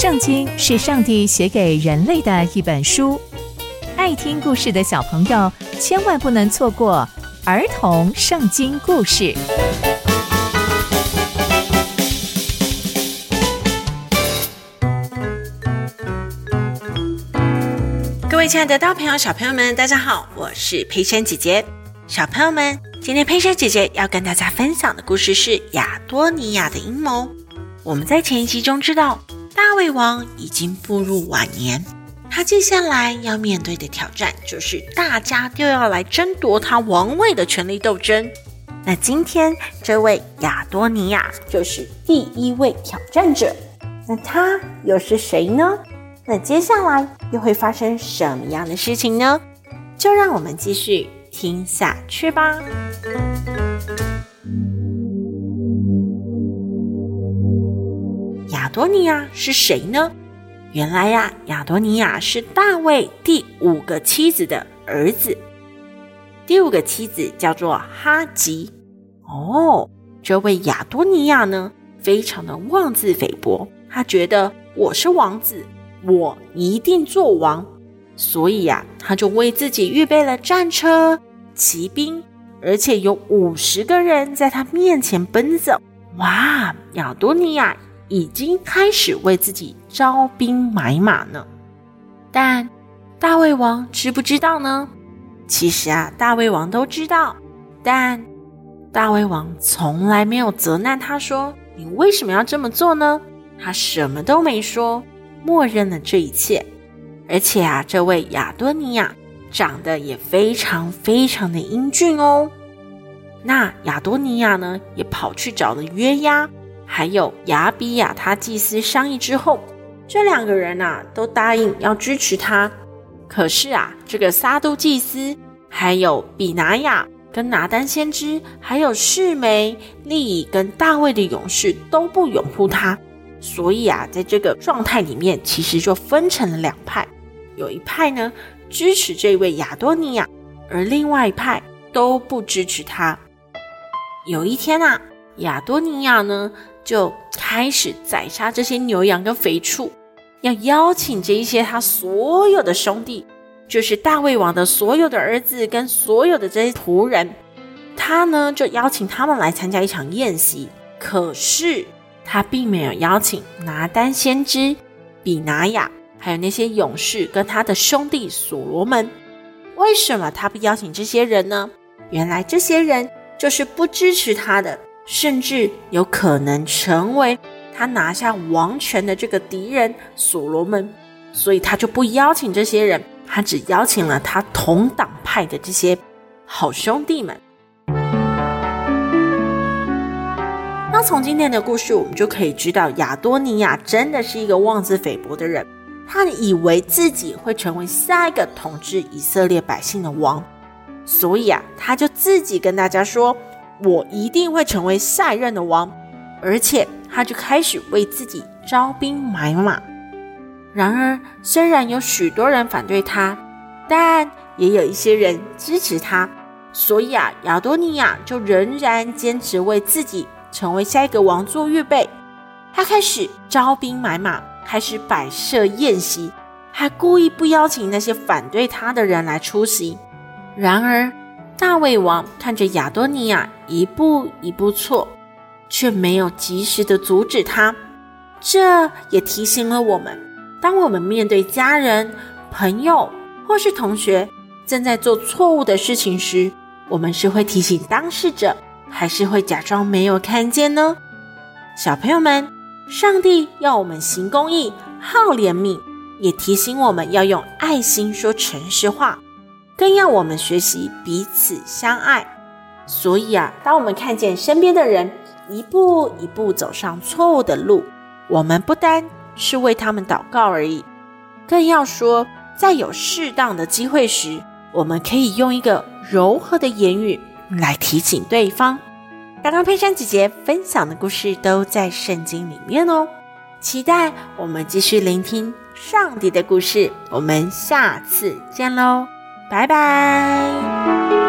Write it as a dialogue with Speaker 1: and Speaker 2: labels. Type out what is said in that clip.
Speaker 1: 圣经是上帝写给人类的一本书，爱听故事的小朋友千万不能错过儿童圣经故事。
Speaker 2: 各位亲爱的大朋友小朋友们，大家好，我是佩珊姐姐。小朋友们，今天佩珊姐姐要跟大家分享的故事是亚多尼亚的阴谋。我们在前一集中知道，大卫王已经步入晚年，他接下来要面对的挑战就是大家都要来争夺他王位的权力斗争。那今天这位亚多尼亚就是第一位挑战者，那他又是谁呢？那接下来又会发生什么样的事情呢？就让我们继续听下去吧。亚多尼亚是谁呢？原来呀，亚多尼亚是大卫第5个妻子的儿子。第5个妻子叫做哈吉。这位亚多尼亚呢，非常的妄自菲薄，他觉得我是王子，我一定做王，所以呀，他就为自己预备了战车、骑兵，而且有50个人在他面前奔走。哇，亚多尼亚已经开始为自己招兵买马呢。但大卫王知不知道呢？其实啊，大卫王都知道，但大卫王从来没有责难他说，你为什么要这么做呢？他什么都没说，默认了这一切。而且啊，这位亚多尼亚长得也非常非常的英俊哦。那亚多尼亚呢，也跑去找了约押还有亚比亚他祭司商议之后，这2个人啊都答应要支持他。可是啊，这个撒督祭司还有比拿雅跟拿单先知还有示每、利以跟大卫的勇士都不拥护他，所以啊，在这个状态里面其实就分成了2派，有一派呢支持这位亚多尼亚，而另外一派都不支持他。有一天啊，亚多尼亚呢就开始宰杀这些牛羊跟肥畜，要邀请这一些他所有的兄弟，就是大卫王的所有的儿子跟所有的这些仆人，他呢就邀请他们来参加一场宴席。可是他并没有邀请拿单先知、比拿雅还有那些勇士跟他的兄弟所罗门。为什么他不邀请这些人呢？原来这些人就是不支持他的，甚至有可能成为他拿下王权的这个敌人所罗门，所以他就不邀请这些人，他只邀请了他同党派的这些好兄弟们。那从今天的故事我们就可以知道，亚多尼亚真的是一个妄自菲薄的人，他以为自己会成为下一个统治以色列百姓的王，所以啊，他就自己跟大家说，我一定会成为下一任的王，而且他就开始为自己招兵买马。然而，虽然有许多人反对他，但也有一些人支持他，所以啊，亚多尼亚就仍然坚持为自己成为下一个王做预备。他开始招兵买马，开始摆设宴席，还故意不邀请那些反对他的人来出席。然而大卫王看着亚多尼亚一步一步错，却没有及时的阻止他。这也提醒了我们，当我们面对家人、朋友或是同学正在做错误的事情时，我们是会提醒当事者，还是会假装没有看见呢？小朋友们，上帝要我们行公义、好怜悯，也提醒我们要用爱心说诚实话，更要我们学习彼此相爱。所以啊，当我们看见身边的人一步一步走上错误的路，我们不单是为他们祷告而已，更要说，在有适当的机会时，我们可以用一个柔和的言语来提醒对方。刚刚佩珊姐姐分享的故事都在圣经里面哦，期待我们继续聆听上帝的故事。我们下次见咯，拜拜。